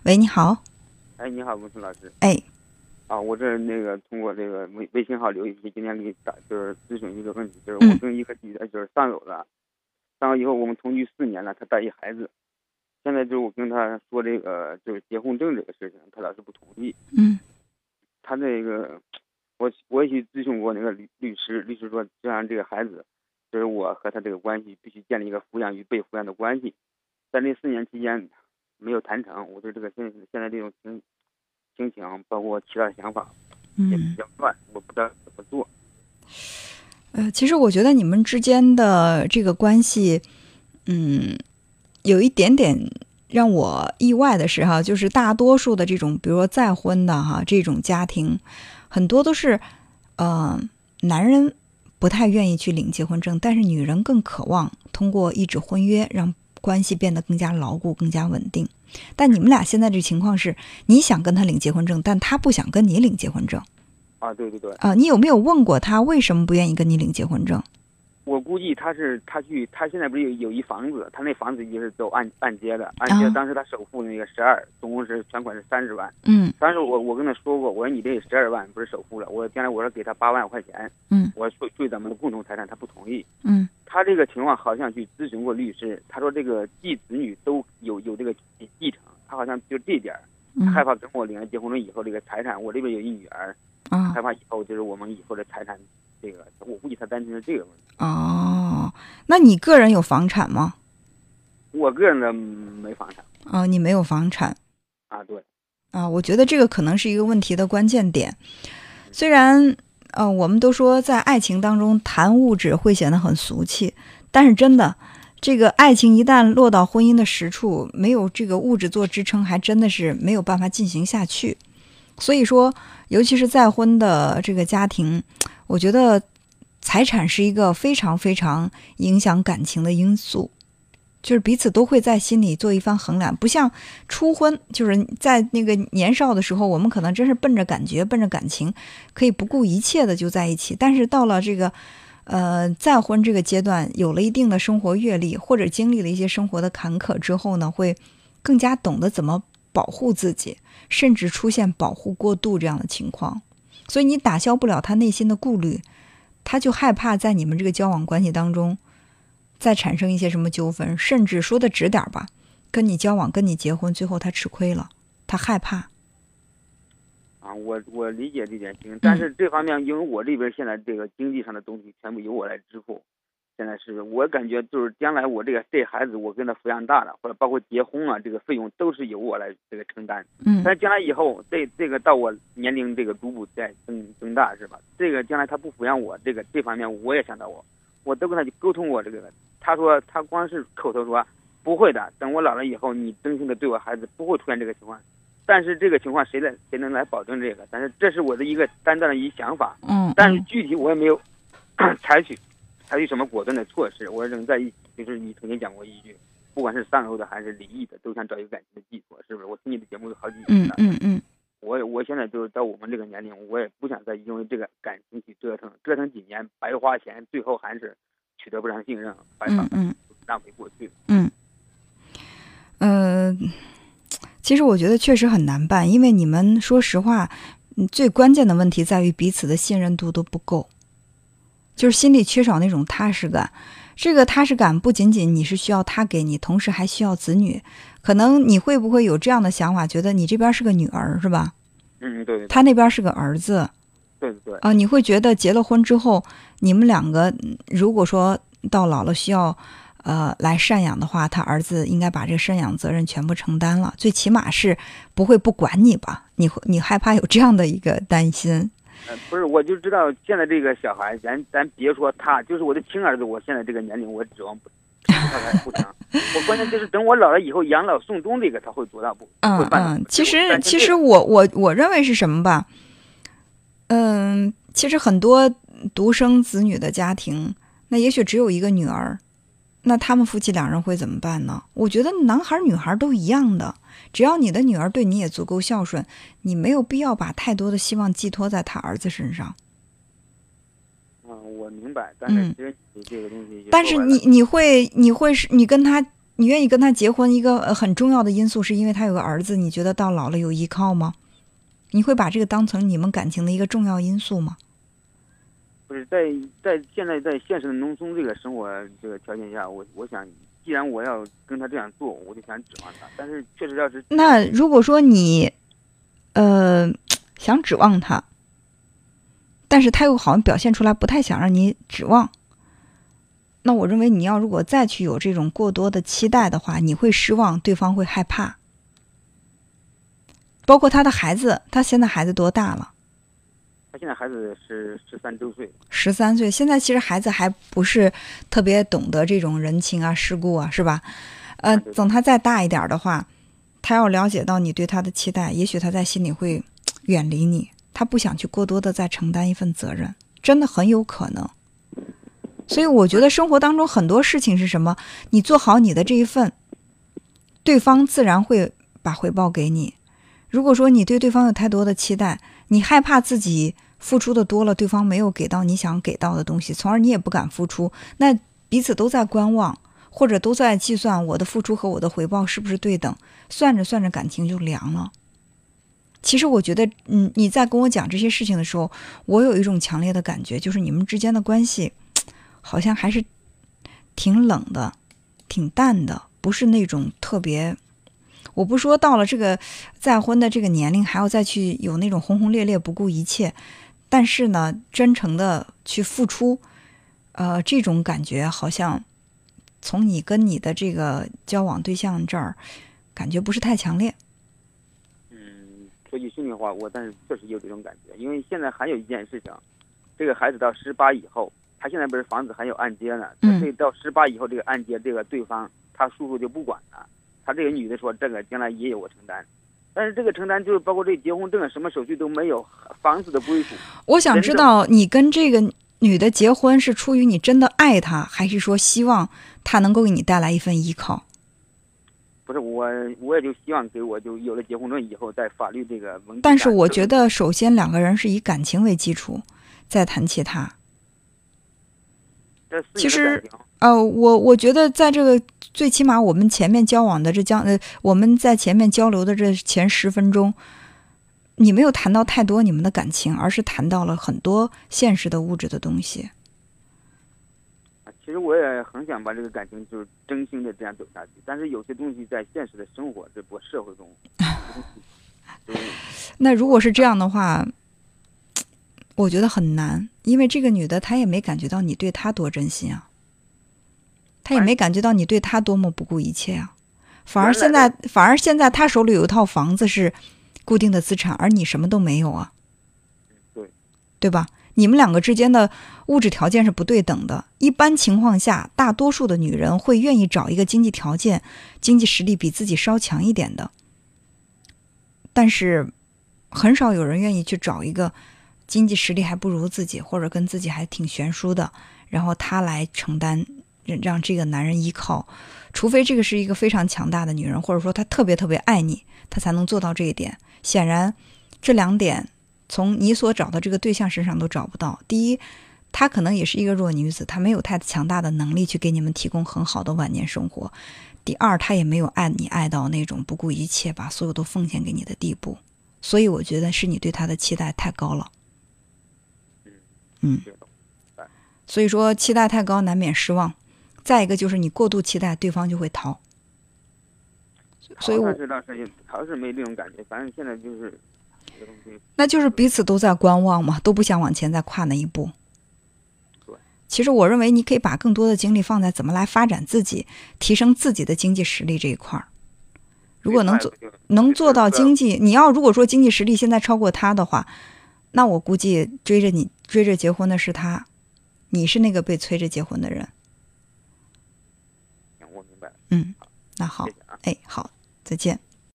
喂，你好。 哎，你好，文春老师。 哎， 我这通过这个微信号留一些，今天给你打就是咨询一个问题，就是我跟一个就是丧偶了，丧偶以后我们同居4年了，他带一孩子，现在就是我跟他说这个就是结婚证这个事情，他老是不同意。他这个我也去咨询过那个律师说，这样这个孩子就是我和他这个关系必须建立一个抚养与被抚养的关系，在这4年期间没有谈成，我对这个现在这种心情，包括其他的想法也比较乱，我不知道怎么做。 其实我觉得你们之间的这个关系，有一点点让我意外的是哈，就是大多数的这种，比如说再婚的哈这种家庭，很多都是男人不太愿意去领结婚证，但是女人更渴望通过一纸婚约让关系变得更加牢固、更加稳定。但你们俩现在这情况是，你想跟他领结婚证，但他不想跟你领结婚证。 对。 你有没有问过他为什么不愿意跟你领结婚证？ 我估计他现在不是有一房子，他那房子也是走按揭的，当时他首付那个12，总共是全款是30万。当时我跟他说过，我说你这12万不是首付了，我将来我说给他8万块钱。我说属于咱们的共同财产，他不同意。他这个情况好像去咨询过律师，他说这个继子女都有这个继承，他好像就这点他害怕跟我领了结婚证以后这个财产，我这边有一女儿，害怕以后就是我们以后的财产，这个我估计他担心是这个问题。 那你个人有房产吗？ 我个人的没房产。 你没有房产。 对。 我觉得这个可能是一个问题的关键点。虽然我们都说在爱情当中谈物质会显得很俗气，但是真的这个爱情一旦落到婚姻的实处，没有这个物质做支撑，还真的是没有办法进行下去。所以说尤其是再婚的这个家庭，我觉得财产是一个非常非常影响感情的因素，就是彼此都会在心里做一番衡量。不像初婚，就是在那个年少的时候，我们可能真是奔着感觉奔着感情，可以不顾一切的就在一起。但是到了这个再婚这个阶段，有了一定的生活阅历，或者经历了一些生活的坎坷之后呢，会更加懂得怎么保护自己，甚至出现保护过度这样的情况。所以你打消不了他内心的顾虑，他就害怕在你们这个交往关系当中再产生一些什么纠纷，甚至说的直点吧，跟你交往跟你结婚，最后他吃亏了，他害怕。 我理解这点情，但是这方面因为我这边现在这个经济上的东西全部由我来支付，现在是我感觉就是将来我这孩子我跟他抚养大了，或者包括结婚这个费用都是由我来这个承担。但将来以后这个到我年龄这个逐步在增大是吧？这个将来他不抚养我，这方面我也想到我都跟他去沟通过这个，他说他光是口头说不会的，等我老了以后你真心的对我孩子不会出现这个情况。但是这个情况谁能来保证这个？但是这是我的一个单单的一想法。但是具体我也没有采取什么果断的措施。我仍在一起，就是你曾经讲过一句，不管是丧偶的还是离异的，都想找一个感情的寄托，是不是？我听你的节目有好几年了。我现在就是到我们这个年龄，我也不想再因为这个感情去折腾几年，白花钱，最后还是取得不上信任，白浪费过去。 其实我觉得确实很难办，因为你们说实话，最关键的问题在于彼此的信任度都不够，就是心里缺少那种踏实感。这个踏实感不仅仅你是需要他给你，同时还需要子女。可能你会不会有这样的想法，觉得你这边是个女儿是吧？ 对。 他那边是个儿子。 对。 你会觉得结了婚之后，你们两个如果说到老了需要来赡养的话，他儿子应该把这个赡养责任全部承担了，最起码是不会不管你吧？你害怕有这样的一个担心？ 不是，我就知道现在这个小孩，咱别说他，就是我的亲儿子，我现在这个年龄，我指望他还不成。我关键就是等我老了以后，养老送终这个他会做到不？ 其实我认为是什么吧？其实很多独生子女的家庭，那也许只有一个女儿。那他们夫妻两人会怎么办呢？我觉得男孩女孩都一样的，只要你的女儿对你也足够孝顺，你没有必要把太多的希望寄托在他儿子身上。 我明白，但是其实这个东西， 但是你跟他， 你愿意跟他结婚，一个很重要的因素是因为他有个儿子，你觉得到老了有依靠吗？你会把这个当成你们感情的一个重要因素吗？ 不是在现在在现实的农村这个生活这个条件下，我想，既然我要跟他这样做，我就想指望他。但是确实要是那如果说你想指望他，但是他又好像表现出来不太想让你指望，那我认为你要如果再去有这种过多的期待的话，你会失望，对方会害怕。包括他的孩子，他现在孩子多大了？ 他现在孩子是13周岁。 13岁，现在其实孩子还不是特别懂得这种人情啊、世故啊，是吧？等他再大一点的话，他要了解到你对他的期待，也许他在心里会远离你，他不想去过多的再承担一份责任，真的很有可能。所以我觉得生活当中很多事情是什么？你做好你的这一份，对方自然会把回报给你。如果说你对对方有太多的期待，你害怕自己付出的多了，对方没有给到你想给到的东西，从而你也不敢付出，那彼此都在观望，或者都在计算我的付出和我的回报是不是对等，算着算着感情就凉了。其实我觉得你在跟我讲这些事情的时候，我有一种强烈的感觉，就是你们之间的关系好像还是挺冷的，挺淡的，不是那种特别，我不说到了这个再婚的这个年龄还要再去有那种轰轰烈烈不顾一切，但是呢真诚的去付出，这种感觉好像从你跟你的这个交往对象这儿感觉不是太强烈。 说句心里话，但是确实有这种感觉。因为现在还有一件事情，这个孩子到18以后，他现在不是房子还有按揭呢，他这到18以后，这个按揭这个对方他叔叔就不管了，他这个女的说这个将来也有我承担，但是这个承担就是包括这结婚证什么手续都没有，房子的归属。我想知道你跟这个女的结婚是出于你真的爱她，还是说希望她能够给你带来一份依靠？ 不是我也就希望给我就有了结婚证以后，在法律这个问题。 但是我觉得首先两个人是以感情为基础，再谈其他。其实我觉得在这个最起码我们前面交往的我们在前面交流的这前10分钟，你没有谈到太多你们的感情，而是谈到了很多现实的物质的东西。 其实我也很想把这个感情就是真心的这样走下去，但是有些东西在现实的生活这波社会中那如果是这样的话，我觉得很难，因为这个女的她也没感觉到你对她多真心啊，她也没感觉到你对她多么不顾一切啊，反而现在她手里有一套房子是固定的资产，而你什么都没有啊，对吧？你们两个之间的物质条件是不对等的。一般情况下，大多数的女人会愿意找一个经济条件、经济实力比自己稍强一点的，但是很少有人愿意去找一个经济实力还不如自己，或者跟自己还挺悬殊的，然后他来承担，让这个男人依靠。除非这个是一个非常强大的女人，或者说她特别特别爱你，她才能做到这一点。显然这2点从你所找的这个对象身上都找不到。第一，她可能也是一个弱女子，她没有太强大的能力去给你们提供很好的晚年生活。第二，她也没有爱你爱到那种不顾一切把所有都奉献给你的地步。所以我觉得是你对她的期待太高了。所以说期待太高难免失望。再一个就是你过度期待，对方就会逃。所以我逃是没这种感觉，反正现在就是那就是彼此都在观望嘛，都不想往前再跨那一步。其实我认为你可以把更多的精力放在怎么来发展自己，提升自己的经济实力这一块儿。如果能做到经济，你要如果说经济实力现在超过他的话，那我估计追着结婚的是他，你是那个被催着结婚的人。 我明白了。 那好，好，再见。